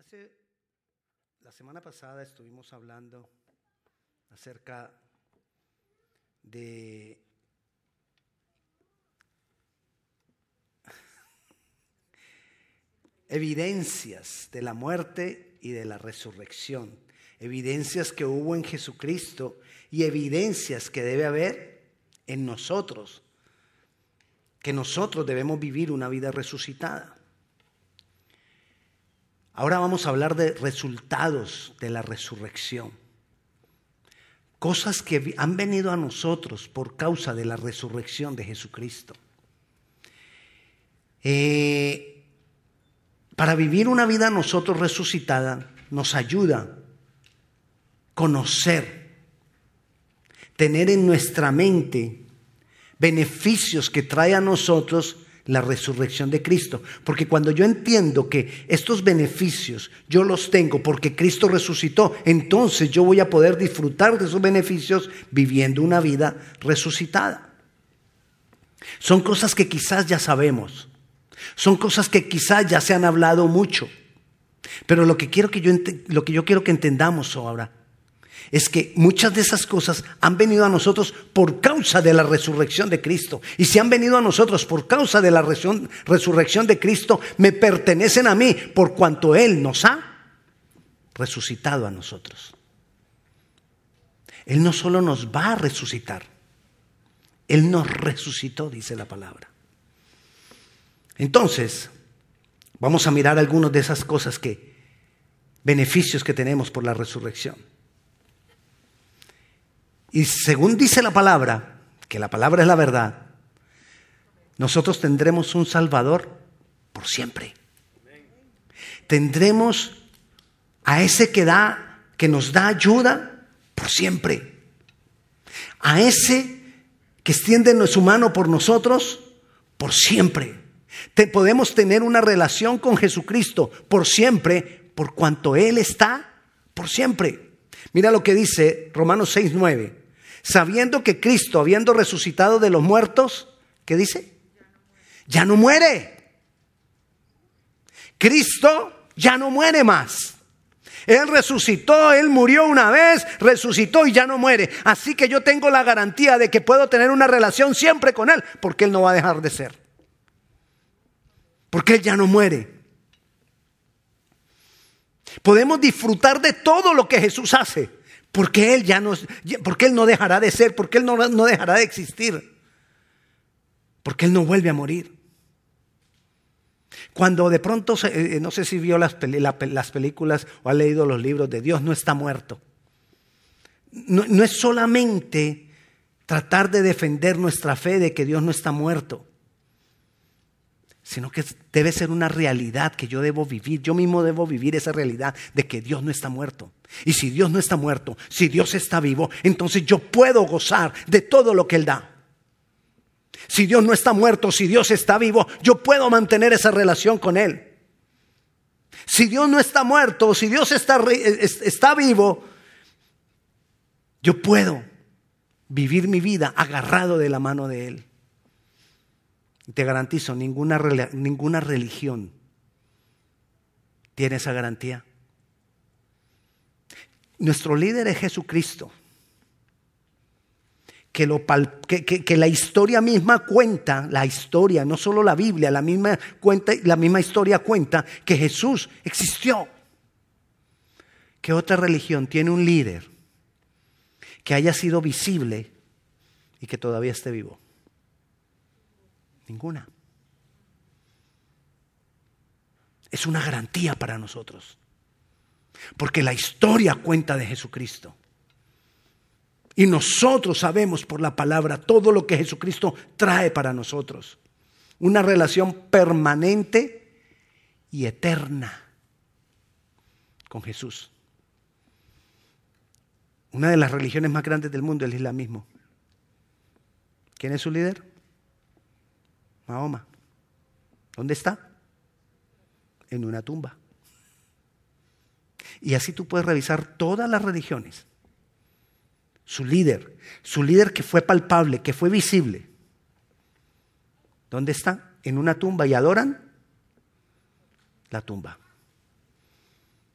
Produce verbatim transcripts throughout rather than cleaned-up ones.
Hace la semana pasada estuvimos hablando acerca de evidencias de la muerte y de la resurrección, evidencias que hubo en Jesucristo y evidencias que debe haber en nosotros, que nosotros debemos vivir una vida resucitada. Ahora vamos a hablar de resultados de la resurrección, cosas que han venido a nosotros por causa de la resurrección de Jesucristo. Eh, para vivir una vida nosotros resucitada nos ayuda conocer, tener en nuestra mente beneficios que trae a nosotros la resurrección de Cristo. Porque cuando yo entiendo que estos beneficios yo los tengo porque Cristo resucitó, entonces yo voy a poder disfrutar de esos beneficios viviendo una vida resucitada. Son cosas que quizás ya sabemos, son cosas que quizás ya se han hablado mucho, pero lo que quiero que yo, lo que yo quiero que entendamos ahora es que muchas de esas cosas han venido a nosotros por causa de la resurrección de Cristo. Y si han venido a nosotros por causa de la resurrección de Cristo, me pertenecen a mí por cuanto Él nos ha resucitado a nosotros. Él no solo nos va a resucitar, Él nos resucitó, dice la palabra. Entonces, vamos a mirar algunas de esas cosas que, beneficios que tenemos por la resurrección. Y según dice la palabra, que la palabra es la verdad, nosotros tendremos un Salvador por siempre. Tendremos a ese que da, que nos da ayuda por siempre. A ese que extiende su mano por nosotros por siempre. Te, podemos tener una relación con Jesucristo por siempre, por cuanto Él está por siempre. Mira lo que dice Romanos seis nueve. Sabiendo que Cristo, habiendo resucitado de los muertos, ¿qué dice? Ya no muere. Cristo ya no muere más. Él resucitó, Él murió una vez, resucitó y ya no muere. Así que yo tengo la garantía de que puedo tener una relación siempre con Él, porque Él no va a dejar de ser. Porque Él ya no muere. Podemos disfrutar de todo lo que Jesús hace. Porque Él ya no, porque Él no dejará de ser, porque Él no, no dejará de existir, porque Él no vuelve a morir. Cuando de pronto, no sé si vio las, las películas o ha leído los libros de Dios no está muerto. No, no es solamente tratar de defender nuestra fe de que Dios no está muerto, sino que debe ser una realidad que yo debo vivir. Yo mismo debo vivir esa realidad de que Dios no está muerto. Y si Dios no está muerto, si Dios está vivo, entonces yo puedo gozar de todo lo que Él da. Si Dios no está muerto, si Dios está vivo, yo puedo mantener esa relación con Él. Si Dios no está muerto, si Dios está, está vivo, yo puedo vivir mi vida agarrado de la mano de Él. Y te garantizo, ninguna, ninguna religión tiene esa garantía. Nuestro líder es Jesucristo. Que, lo, que, que, que la historia misma cuenta, la historia, no solo la Biblia, la misma, cuenta, la misma historia cuenta que Jesús existió. ¿Qué otra religión tiene un líder que haya sido visible y que todavía esté vivo? Ninguna. Es una garantía para nosotros. Porque la historia cuenta de Jesucristo. Y nosotros sabemos por la palabra todo lo que Jesucristo trae para nosotros. Una relación permanente y eterna con Jesús. Una de las religiones más grandes del mundo es el islamismo. ¿Quién es su líder? Mahoma. ¿Dónde está? En una tumba. Y así tú puedes revisar todas las religiones. Su líder, su líder que fue palpable, que fue visible. ¿Dónde está? En una tumba y adoran la tumba.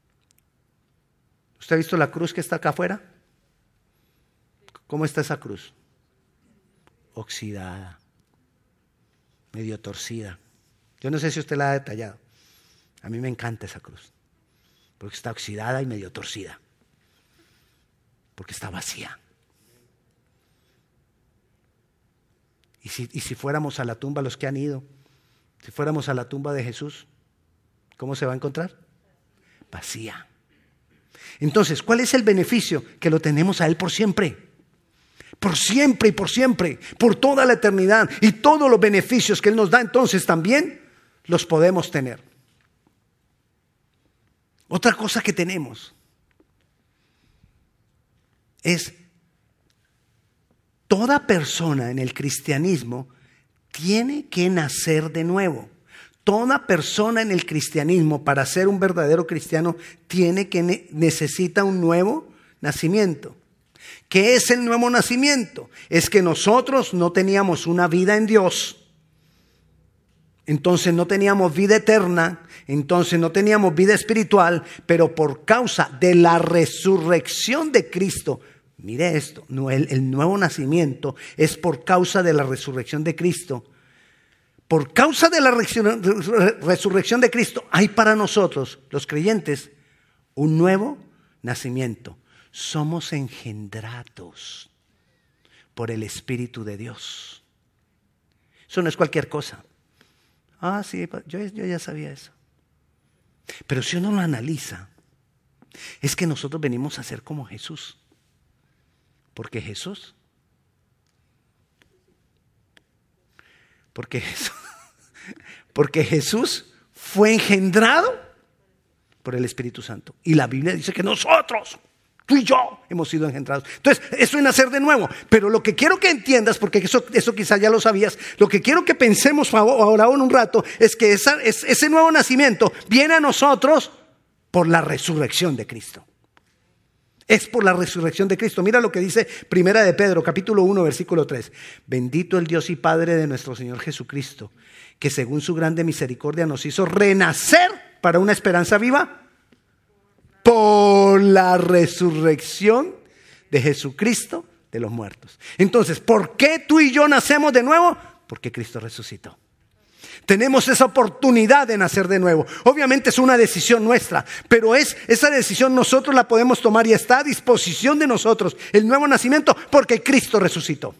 ¿Usted ha visto la cruz que está acá afuera? ¿Cómo está esa cruz? Oxidada, medio torcida. Yo no sé si usted la ha detallado. A mí me encanta esa cruz, porque está oxidada y medio torcida, porque está vacía. Y si, y si fuéramos a la tumba, los que han ido, si fuéramos a la tumba de Jesús, ¿cómo se va a encontrar? Vacía. Entonces, ¿cuál es el beneficio? Que lo tenemos a Él por siempre. Por siempre y por siempre, por toda la eternidad. Y todos los beneficios que Él nos da, entonces también los podemos tener. Otra cosa que tenemos es toda persona en el cristianismo tiene que nacer de nuevo. Toda persona en el cristianismo, para ser un verdadero cristiano, tiene que ne- necesita un nuevo nacimiento. ¿Qué es el nuevo nacimiento? Es que nosotros no teníamos una vida en Dios, entonces no teníamos vida eterna, entonces no teníamos vida espiritual, pero por causa de la resurrección de Cristo, mire esto, no, el, el nuevo nacimiento es por causa de la resurrección de Cristo. Por causa de la resurrección de Cristo, hay para nosotros, los creyentes, un nuevo nacimiento. Somos engendrados por el Espíritu de Dios. Eso no es cualquier cosa. Ah, sí, yo, yo ya sabía eso. Pero si uno lo analiza, es que nosotros venimos a ser como Jesús. Porque Jesús, porque Jesús, porque Jesús fue engendrado por el Espíritu Santo. Y la Biblia dice que nosotros, tú y yo, hemos sido engendrados. Entonces, eso es nacer de nuevo. Pero lo que quiero que entiendas, porque eso, eso quizás ya lo sabías, lo que quiero que pensemos ahora en un rato, es que esa, es, ese nuevo nacimiento viene a nosotros por la resurrección de Cristo. Es por la resurrección de Cristo. Mira lo que dice Primera de Pedro, capítulo uno, versículo tres. Bendito el Dios y Padre de nuestro Señor Jesucristo, que según su grande misericordia nos hizo renacer para una esperanza viva por la resurrección de Jesucristo de los muertos. Entonces, ¿por qué tú y yo nacemos de nuevo? Porque Cristo resucitó. Tenemos esa oportunidad de nacer de nuevo. Obviamente es una decisión nuestra, pero es esa decisión nosotros la podemos tomar y está a disposición de nosotros el nuevo nacimiento porque Cristo resucitó.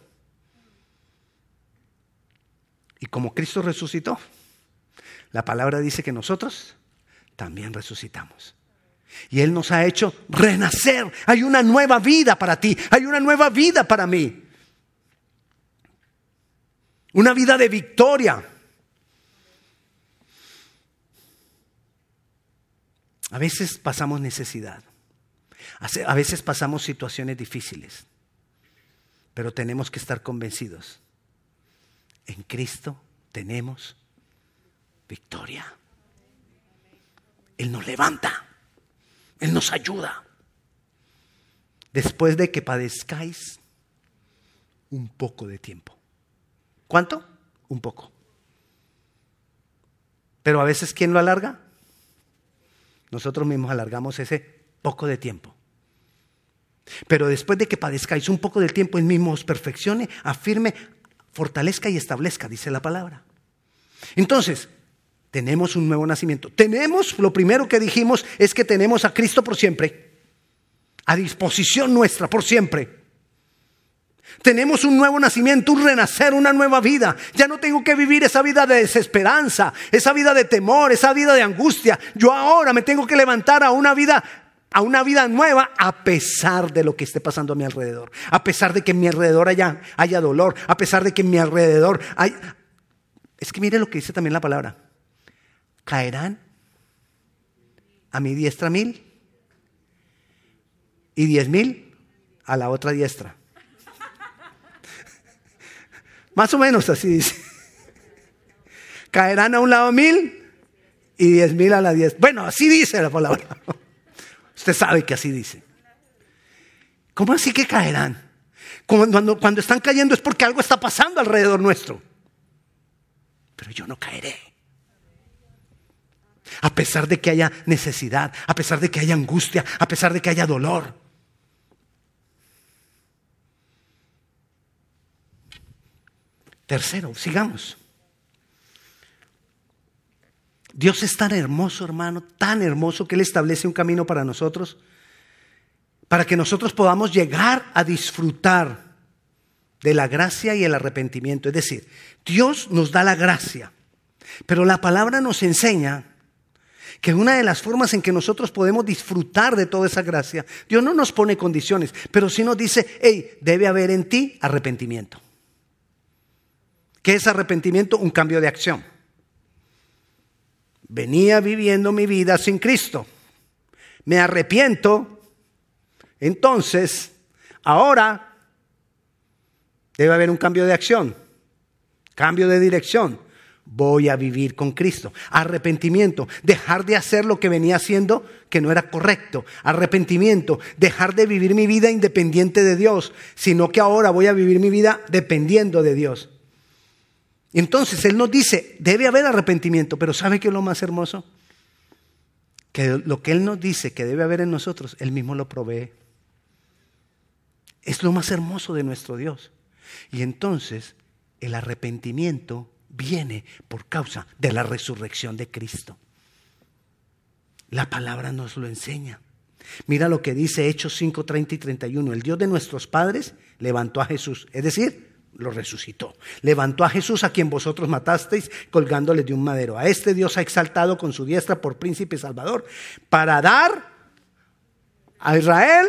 Y como Cristo resucitó, la palabra dice que nosotros también resucitamos. Y Él nos ha hecho renacer. Hay una nueva vida para ti, hay una nueva vida para mí. Una vida de victoria. A veces pasamos necesidad, a veces pasamos situaciones difíciles, pero tenemos que estar convencidos. En Cristo tenemos victoria. Él nos levanta, Él nos ayuda. Después de que padezcáis un poco de tiempo. ¿Cuánto? Un poco. Pero a veces, ¿quién lo alarga? Nosotros mismos alargamos ese poco de tiempo. Pero después de que padezcáis un poco del tiempo, Él mismo os perfeccione, afirme, fortalezca y establezca, dice la palabra. Entonces, tenemos un nuevo nacimiento. Tenemos, lo primero que dijimos es que tenemos a Cristo por siempre, a disposición nuestra por siempre. Tenemos un nuevo nacimiento, un renacer, una nueva vida. Ya no tengo que vivir esa vida de desesperanza, esa vida de temor, esa vida de angustia. Yo ahora me tengo que levantar a una vida, a una vida nueva a pesar de lo que esté pasando a mi alrededor. A pesar de que en mi alrededor haya, haya dolor, a pesar de que en mi alrededor hay... Es que mire lo que dice también la palabra. Caerán a mi diestra mil y diez mil a la otra diestra. Más o menos así dice. Caerán a un lado mil y diez mil a la diez. Bueno, así dice la palabra. Usted sabe que así dice. ¿Cómo así que caerán? Cuando, cuando están cayendo es porque algo está pasando alrededor nuestro. Pero yo no caeré. A pesar de que haya necesidad, a pesar de que haya angustia, a pesar de que haya dolor. Tercero, sigamos. Dios es tan hermoso, hermano, tan hermoso que Él establece un camino para nosotros, para que nosotros podamos llegar a disfrutar de la gracia y el arrepentimiento. Es decir, Dios nos da la gracia, pero la palabra nos enseña que una de las formas en que nosotros podemos disfrutar de toda esa gracia, Dios no nos pone condiciones, pero sí nos dice, hey, debe haber en ti arrepentimiento. ¿Qué es arrepentimiento? Un cambio de acción. Venía viviendo mi vida sin Cristo. Me arrepiento. Entonces, ahora debe haber un cambio de acción, cambio de dirección. Voy a vivir con Cristo. Arrepentimiento, dejar de hacer lo que venía haciendo que no era correcto. Arrepentimiento, dejar de vivir mi vida independiente de Dios, sino que ahora voy a vivir mi vida dependiendo de Dios. Entonces Él nos dice, debe haber arrepentimiento, pero ¿sabe qué es lo más hermoso? Que lo que Él nos dice que debe haber en nosotros, Él mismo lo provee. Es lo más hermoso de nuestro Dios. Y entonces el arrepentimiento viene por causa de la resurrección de Cristo. La palabra nos lo enseña. Mira lo que dice Hechos cinco, treinta y treinta y uno. El Dios de nuestros padres levantó a Jesús, es decir, lo resucitó. Levantó a Jesús, a quien vosotros matasteis, colgándole de un madero. A este Dios ha exaltado con su diestra por príncipe y salvador, para dar a Israel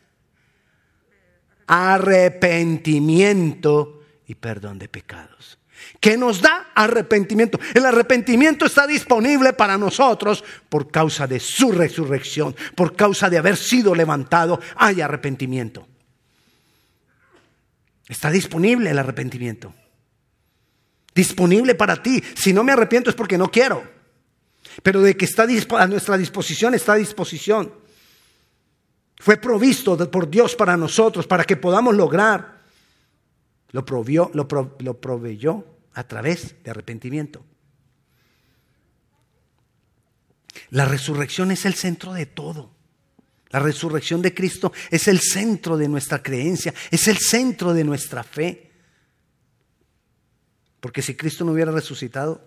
arrepentimiento y perdón de pecados. ¿Qué nos da? Arrepentimiento. El arrepentimiento está disponible para nosotros por causa de su resurrección, por causa de haber sido levantado. Hay arrepentimiento. Está disponible el arrepentimiento. Disponible para ti. Si no me arrepiento es porque no quiero. Pero de que está a nuestra disposición, está a disposición. Fue provisto por Dios para nosotros, para que podamos lograr. Lo provió, lo, pro, lo proveyó a través de arrepentimiento. La resurrección es el centro de todo. La resurrección de Cristo es el centro de nuestra creencia, es el centro de nuestra fe. Porque si Cristo no hubiera resucitado,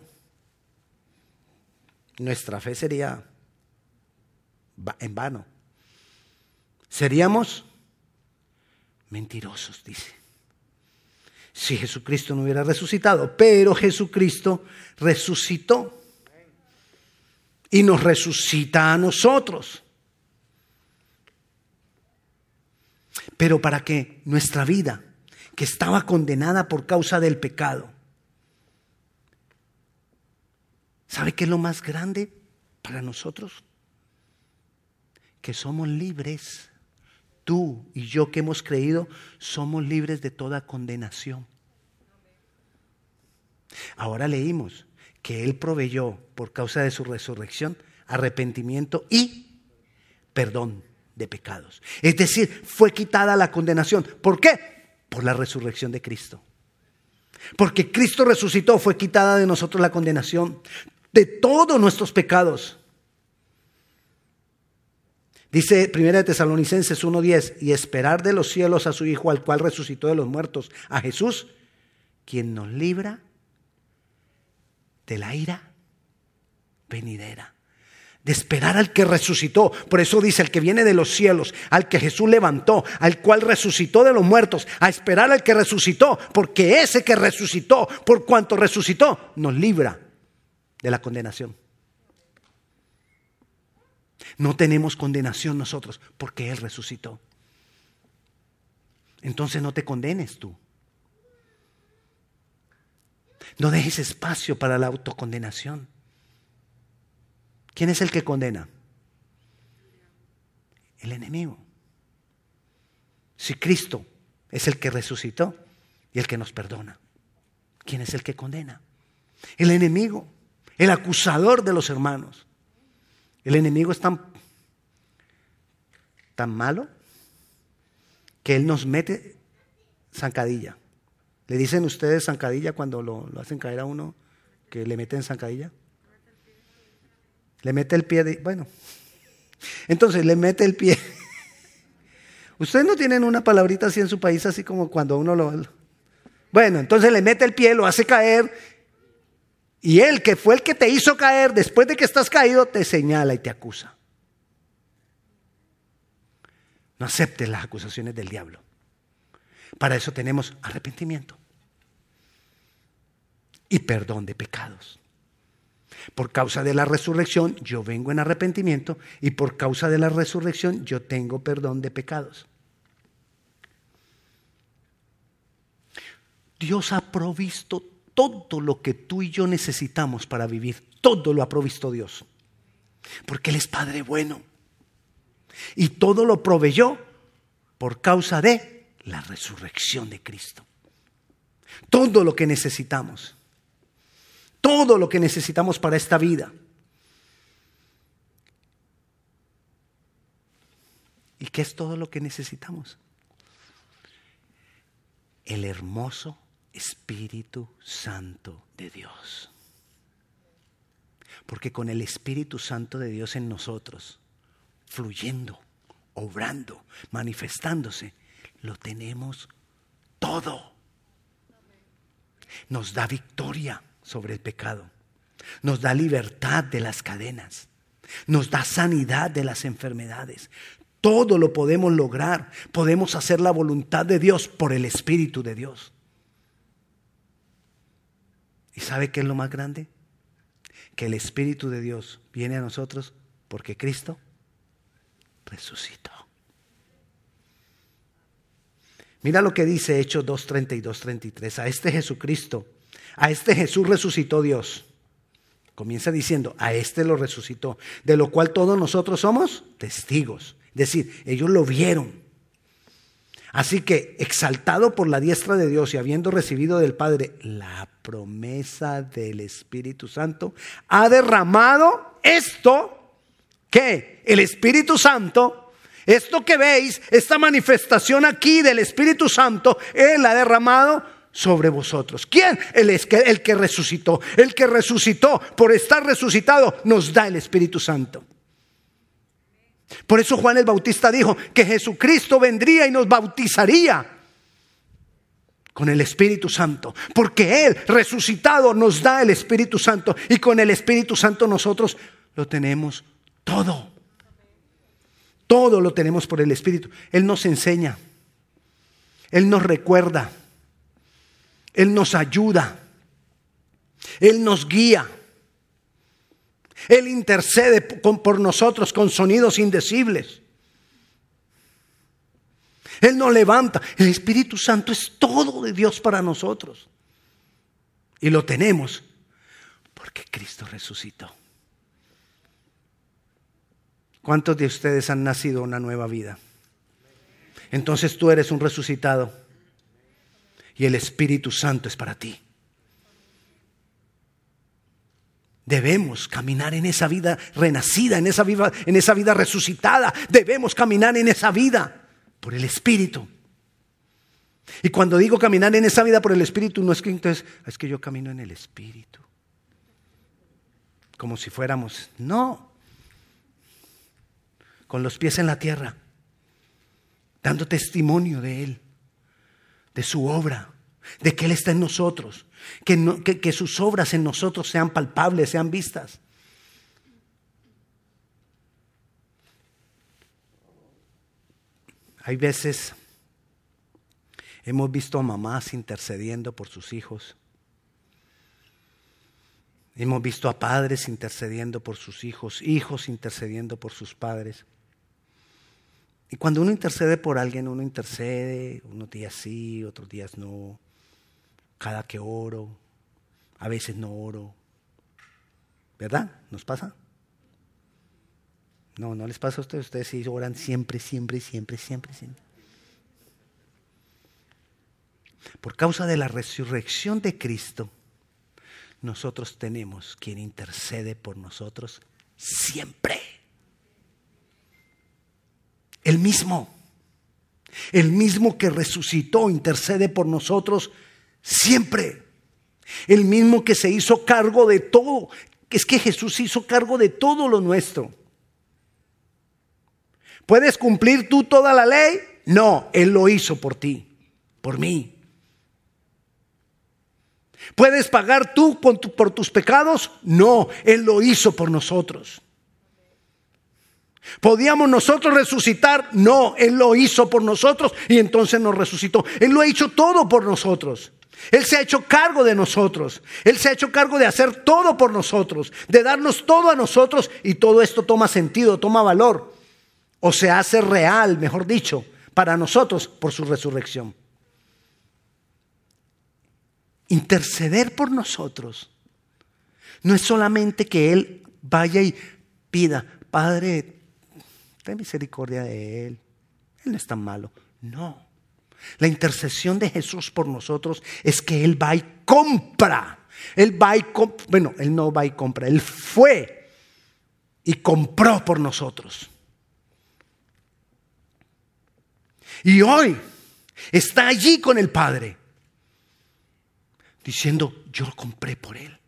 nuestra fe sería en vano. Seríamos mentirosos, dice. Si Jesucristo no hubiera resucitado, pero Jesucristo resucitó y nos resucita a nosotros. Pero para que nuestra vida, que estaba condenada por causa del pecado, ¿sabe qué es lo más grande para nosotros? Que somos libres. Tú y yo que hemos creído, somos libres de toda condenación. Ahora leímos que Él proveyó, por causa de su resurrección, arrepentimiento y perdón de pecados. Es decir, fue quitada la condenación. ¿Por qué? Por la resurrección de Cristo. Porque Cristo resucitó, fue quitada de nosotros la condenación de todos nuestros pecados. Dice primera de Tesalonicenses uno diez, y esperar de los cielos a su Hijo, al cual resucitó de los muertos, a Jesús, quien nos libra de la ira venidera. De esperar al que resucitó. Por eso dice, el que viene de los cielos, al que Jesús levantó, al cual resucitó de los muertos, a esperar al que resucitó, porque ese que resucitó, por cuanto resucitó, nos libra de la condenación. No tenemos condenación nosotros, porque Él resucitó. Entonces no te condenes tú. No dejes espacio para la autocondenación. ¿Quién es el que condena? El enemigo. Si Cristo es el que resucitó y el que nos perdona, ¿quién es el que condena? El enemigo, el acusador de los hermanos. El enemigo es tan, tan malo que él nos mete zancadilla. ¿Le dicen ustedes zancadilla cuando lo, lo hacen caer a uno, que le meten zancadilla? Le mete el pie, de, bueno, entonces le mete el pie. Ustedes no tienen una palabrita así en su país, así como cuando uno lo... Bueno, entonces le mete el pie, lo hace caer, y él, que fue el que te hizo caer, después de que estás caído, te señala y te acusa. No aceptes las acusaciones del diablo. Para eso tenemos arrepentimiento y perdón de pecados. Por causa de la resurrección yo vengo en arrepentimiento y por causa de la resurrección yo tengo perdón de pecados. Dios ha provisto todo lo que tú y yo necesitamos para vivir. Todo lo ha provisto Dios. Porque Él es Padre bueno. Y todo lo proveyó por causa de la resurrección de Cristo. Todo lo que necesitamos. Todo lo que necesitamos para esta vida. ¿Y qué es todo lo que necesitamos? El hermoso Espíritu Santo de Dios. Porque con el Espíritu Santo de Dios en nosotros, fluyendo, obrando, manifestándose, lo tenemos todo. Nos da victoria sobre el pecado, nos da libertad de las cadenas, nos da sanidad de las enfermedades. Todo lo podemos lograr, podemos hacer la voluntad de Dios por el Espíritu de Dios. ¿Y sabe qué es lo más grande? Que el Espíritu de Dios viene a nosotros porque Cristo resucitó. Mira lo que dice Hechos dos, treinta y dos, treinta y tres. A este Jesucristo, a este Jesús resucitó Dios. Comienza diciendo, a este lo resucitó, de lo cual todos nosotros somos testigos. Es decir, ellos lo vieron. Así que, exaltado por la diestra de Dios y habiendo recibido del Padre la promesa del Espíritu Santo, ha derramado esto, ¿qué? El Espíritu Santo, esto que veis, esta manifestación aquí del Espíritu Santo, Él ha derramado sobre vosotros. ¿Quién? Él es el que resucitó. El que resucitó, por estar resucitado, nos da el Espíritu Santo. Por eso Juan el Bautista dijo que Jesucristo vendría y nos bautizaría con el Espíritu Santo, porque Él resucitado nos da el Espíritu Santo y con el Espíritu Santo nosotros lo tenemos todo. Todo lo tenemos por el Espíritu. Él nos enseña, Él nos recuerda, Él nos ayuda, Él nos guía. Él intercede por nosotros con sonidos indecibles. Él nos levanta. El Espíritu Santo es todo de Dios para nosotros. Y lo tenemos porque Cristo resucitó. ¿Cuántos de ustedes han nacido una nueva vida? Entonces tú eres un resucitado. Y el Espíritu Santo es para ti. Debemos caminar en esa vida renacida, en esa vida, en esa vida resucitada. Debemos caminar en esa vida por el Espíritu. Y cuando digo caminar en esa vida por el Espíritu, no es que entonces, es que yo camino en el Espíritu. Como si fuéramos, no. Con los pies en la tierra, dando testimonio de Él, de su obra, de que Él está en nosotros. Que, no, que, que sus obras en nosotros sean palpables, sean vistas. Hay veces hemos visto a mamás intercediendo por sus hijos. Hemos visto a padres intercediendo por sus hijos, hijos intercediendo por sus padres. Y cuando uno intercede por alguien, uno intercede, unos días sí, otros días no. Cada que oro, a veces no oro. ¿Verdad? ¿Nos pasa? No, no les pasa a ustedes. Ustedes sí oran siempre, siempre, siempre, siempre, siempre. Por causa de la resurrección de Cristo, nosotros tenemos quien intercede por nosotros siempre. El mismo. El mismo que resucitó intercede por nosotros siempre. El mismo que se hizo cargo de todo. Es que Jesús hizo cargo de todo lo nuestro. ¿Puedes cumplir tú toda la ley? No, Él lo hizo por ti, por mí. ¿Puedes pagar tú por, tu, por tus pecados? No, Él lo hizo por nosotros. ¿Podíamos nosotros resucitar? No, Él lo hizo por nosotros y entonces nos resucitó. Él lo ha hecho todo por nosotros. Él se ha hecho cargo de nosotros. Él se ha hecho cargo de hacer todo por nosotros, de darnos todo a nosotros, y todo esto toma sentido, toma valor, o se hace real, mejor dicho, para nosotros por su resurrección. Interceder por nosotros no es solamente que Él vaya y pida, Padre, ten misericordia de él, él no es tan malo. No, la intercesión de Jesús por nosotros es que Él va y compra. Él va y compra, bueno, Él no va y compra, Él fue y compró por nosotros. Y hoy está allí con el Padre, diciendo, yo lo compré por Él.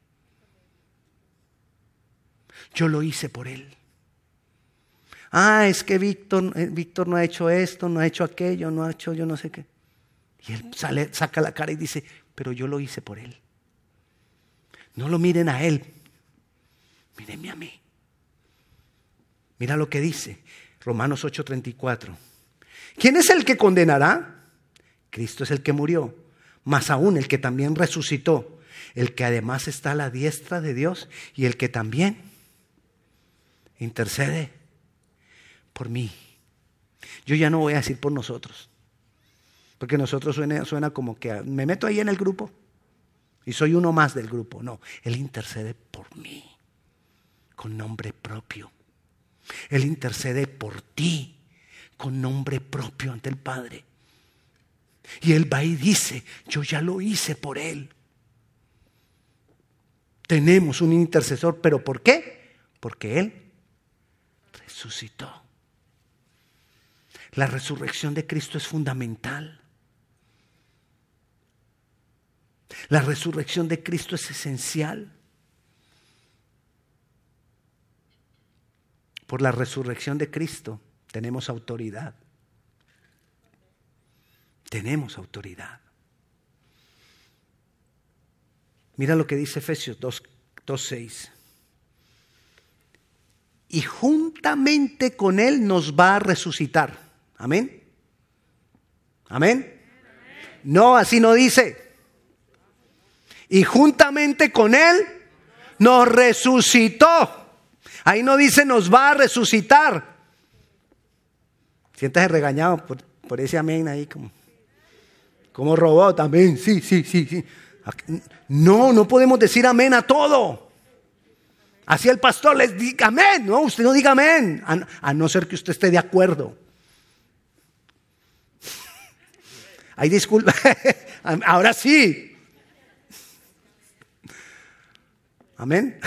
Yo lo hice por Él. Ah, es que Víctor, Víctor no ha hecho esto, no ha hecho aquello, no ha hecho yo no sé qué. Y él sale, saca la cara y dice, pero yo lo hice por Él. No lo miren a Él, mírenme a mí. Mira lo que dice Romanos ocho treinta y cuatro. ¿Quién es el que condenará? Cristo es el que murió, más aún el que también resucitó, el que además está a la diestra de Dios y el que también intercede por mí. Yo ya no voy a decir por nosotros, porque nosotros suena, suena como que me meto ahí en el grupo y soy uno más del grupo. No, Él intercede por mí con nombre propio. Él intercede por ti con nombre propio ante el Padre. Y Él va y dice, yo ya lo hice por Él. Tenemos un intercesor, ¿pero por qué? Porque Él resucitó. La resurrección de Cristo es fundamental. La resurrección de Cristo es esencial. Por la resurrección de Cristo tenemos autoridad. Tenemos autoridad. Mira lo que dice Efesios dos seis. Y juntamente con Él nos va a resucitar. Amén. Amén. No, así no dice. Y juntamente con Él nos resucitó. Ahí no dice nos va a resucitar. Siéntase regañado por, por ese amén ahí como, como robot. Amén. Sí, sí, sí, sí. No, no podemos decir amén a todo. Así el pastor les diga amén. No, usted no diga amén. A, a no ser que usted esté de acuerdo. Ay, disculpa. Ahora sí. Amén.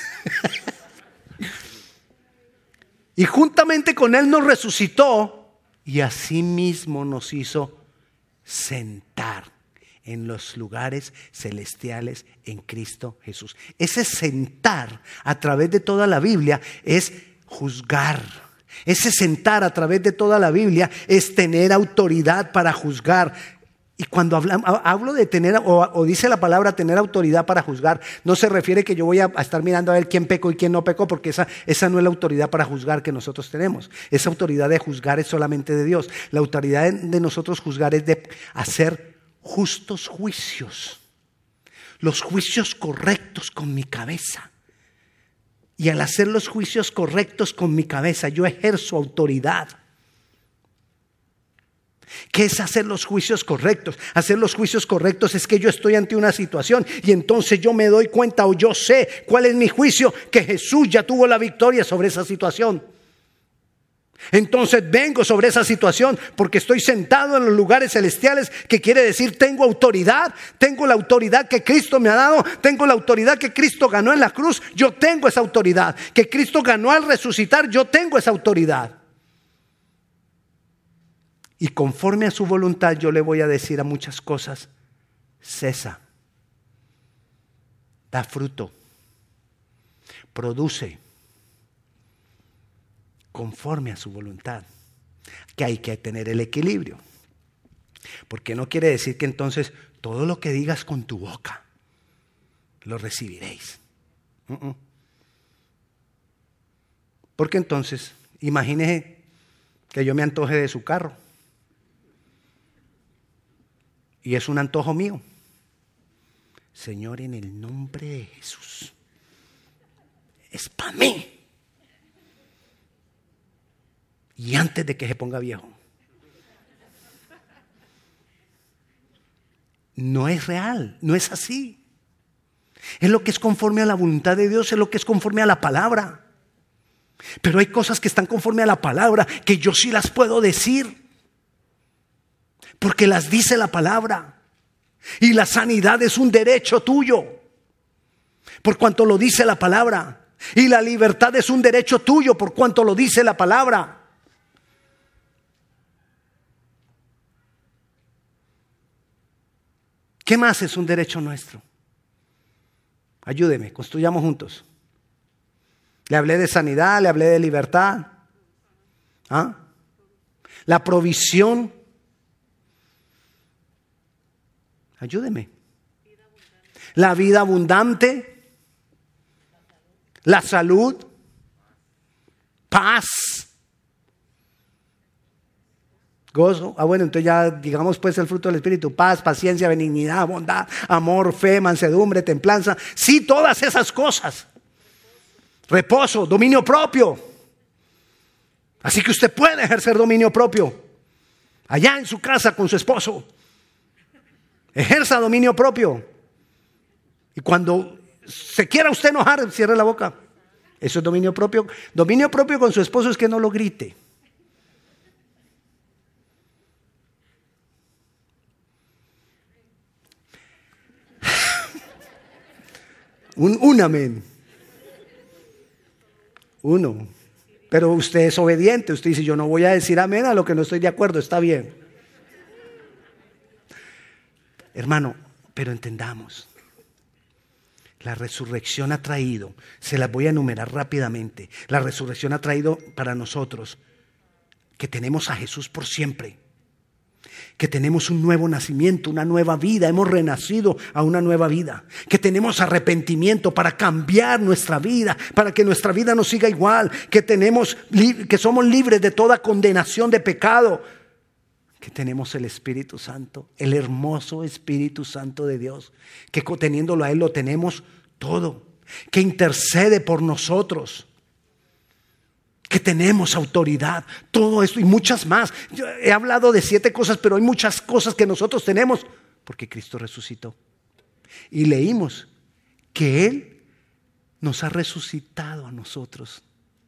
Y juntamente con Él nos resucitó y asimismo nos hizo sentar en los lugares celestiales en Cristo Jesús. Ese sentar a través de toda la Biblia es juzgar. Ese sentar a través de toda la Biblia es tener autoridad para juzgar. Y cuando hablamos, hablo de tener, o, o dice la palabra tener autoridad para juzgar, no se refiere que yo voy a, a estar mirando a ver quién pecó y quién no pecó, porque esa, esa no es la autoridad para juzgar que nosotros tenemos. Esa autoridad de juzgar es solamente de Dios. La autoridad de, de nosotros juzgar es de hacer justos juicios, los juicios correctos con mi cabeza. Y al hacer los juicios correctos con mi cabeza, yo ejerzo autoridad. ¿Qué es hacer los juicios correctos? Hacer los juicios correctos es que yo estoy ante una situación y entonces yo me doy cuenta o yo sé cuál es mi juicio, que Jesús ya tuvo la victoria sobre esa situación. Entonces vengo sobre esa situación porque estoy sentado en los lugares celestiales, que quiere decir tengo autoridad, tengo la autoridad que Cristo me ha dado, tengo la autoridad que Cristo ganó en la cruz, yo tengo esa autoridad, que Cristo ganó al resucitar, yo tengo esa autoridad. Y conforme a su voluntad yo le voy a decir a muchas cosas, cesa, da fruto, produce conforme a su voluntad, que hay que tener el equilibrio. Porque no quiere decir que entonces todo lo que digas con tu boca lo recibiréis. Uh-uh. Porque entonces, imagínese que yo me antoje de su carro. Y es un antojo mío. Señor, en el nombre de Jesús, es para mí. Y antes de que se ponga viejo. No es real, no es así. Es lo que es conforme a la voluntad de Dios, es lo que es conforme a la palabra. Pero hay cosas que están conforme a la palabra que yo sí las puedo decir. Porque las dice la palabra. Y la sanidad es un derecho tuyo. Por cuanto lo dice la palabra. Y la libertad es un derecho tuyo por cuanto lo dice la palabra. ¿Qué más es un derecho nuestro? Ayúdeme, construyamos juntos. Le hablé de sanidad, le hablé de libertad. ¿Ah? La provisión. Ayúdeme. La vida abundante. La salud. Paz. Gozo. Ah, bueno, entonces ya digamos pues el fruto del Espíritu: paz, paciencia, benignidad, bondad, amor, fe, mansedumbre, templanza. Sí, todas esas cosas. Reposo, dominio propio. Así que usted puede ejercer dominio propio allá en su casa con su esposo. Ejerza dominio propio. Y cuando se quiera usted enojar, cierre la boca. Eso es dominio propio. Dominio propio con su esposo es que no lo grite. Un, un amén. Uno. Pero usted es obediente. Usted dice: yo no voy a decir amén a lo que no estoy de acuerdo. Está bien. Hermano, pero entendamos. La resurrección ha traído, se las voy a enumerar rápidamente. La resurrección ha traído para nosotros que tenemos a Jesús por siempre. Que tenemos un nuevo nacimiento, una nueva vida, hemos renacido a una nueva vida, que tenemos arrepentimiento para cambiar nuestra vida, para que nuestra vida no siga igual, que tenemos, que somos libres de toda condenación de pecado, que tenemos el Espíritu Santo, el hermoso Espíritu Santo de Dios, que teniéndolo a Él lo tenemos todo, que intercede por nosotros, que tenemos autoridad, todo esto y muchas más. Yo he hablado de siete cosas, pero hay muchas cosas que nosotros tenemos porque Cristo resucitó. Y leímos que Él nos ha resucitado a nosotros.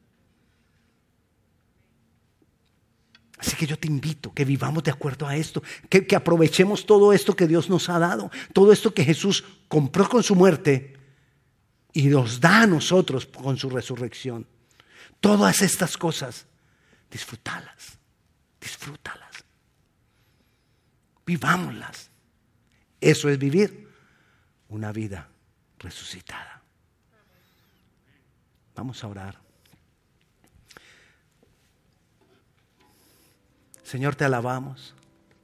Así que yo te invito que vivamos de acuerdo a esto, que, que aprovechemos todo esto que Dios nos ha dado, todo esto que Jesús compró con su muerte y nos da a nosotros con su resurrección. Todas estas cosas, disfrútalas, disfrútalas, vivámoslas. Eso es vivir una vida resucitada. Vamos a orar. Señor, te alabamos.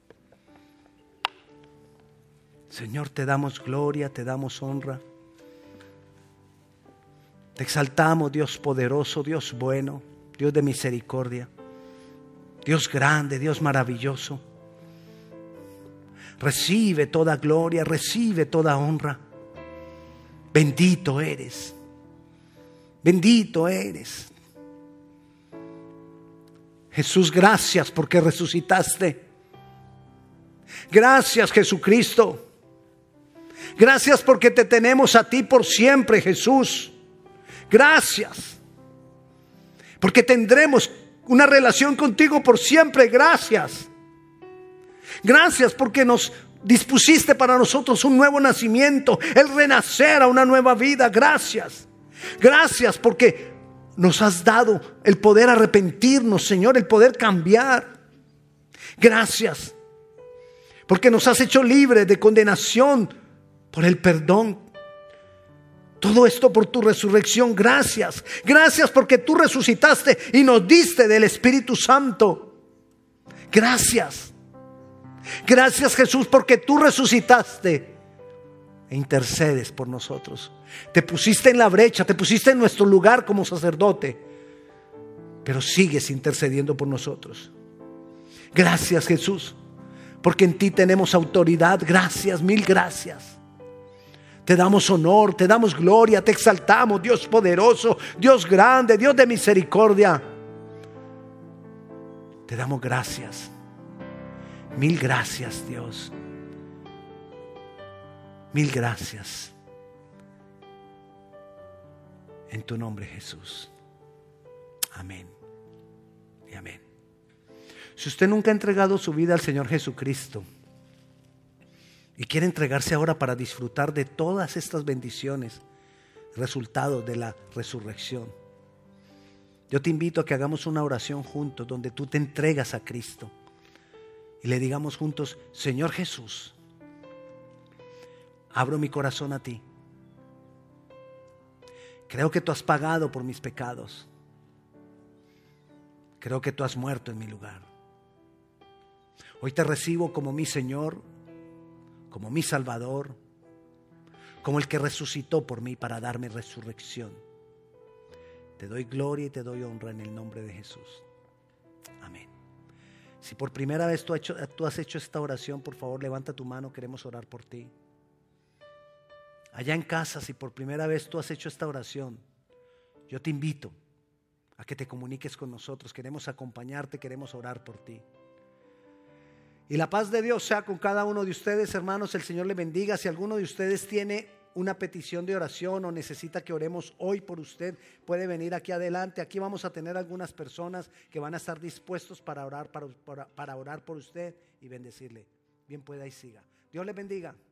Señor, te damos gloria, te damos honra. Te exaltamos, Dios poderoso, Dios bueno, Dios de misericordia, Dios grande, Dios maravilloso. Recibe toda gloria, recibe toda honra. Bendito eres, bendito eres. Jesús, gracias porque resucitaste. Gracias, Jesucristo. Gracias porque te tenemos a ti por siempre, Jesús. Gracias, porque tendremos una relación contigo por siempre. Gracias. Gracias porque nos dispusiste para nosotros un nuevo nacimiento, el renacer a una nueva vida. Gracias. Gracias porque nos has dado el poder arrepentirnos, Señor, el poder cambiar. Gracias porque nos has hecho libres de condenación por el perdón Todo esto por tu resurrección. Gracias. Gracias porque tú resucitaste y nos diste del Espíritu Santo. Gracias. Gracias, Jesús, porque tú resucitaste e intercedes por nosotros. Te pusiste en la brecha, te pusiste en nuestro lugar como sacerdote, pero sigues intercediendo por nosotros. Gracias, Jesús, porque en ti tenemos autoridad. Gracias, mil gracias. Te damos honor, te damos gloria, te exaltamos, Dios poderoso, Dios grande, Dios de misericordia. Te damos gracias. Mil gracias, Dios. Mil gracias. En tu nombre, Jesús. Amén y amén. Si usted nunca ha entregado su vida al Señor Jesucristo y quiere entregarse ahora para disfrutar de todas estas bendiciones, resultado de la resurrección, yo te invito a que hagamos una oración juntos donde tú te entregas a Cristo y le digamos juntos: Señor Jesús, abro mi corazón a ti. Creo que tú has pagado por mis pecados. Creo que tú has muerto en mi lugar. Hoy te recibo como mi Señor, como mi Salvador, como el que resucitó por mí para darme resurrección. Te doy gloria y te doy honra en el nombre de Jesús. Amén. Si por primera vez tú has hecho, tú has hecho esta oración, por favor levanta tu mano, queremos orar por ti. Allá en casa, si por primera vez tú has hecho esta oración, yo te invito a que te comuniques con nosotros. Queremos acompañarte, queremos orar por ti. Y la paz de Dios sea con cada uno de ustedes, hermanos. El Señor le bendiga. Si alguno de ustedes tiene una petición de oración o necesita que oremos hoy por usted, puede venir aquí adelante. Aquí vamos a tener algunas personas que van a estar dispuestos para orar, para, para, para orar por usted y bendecirle. Bien pueda y siga. Dios le bendiga.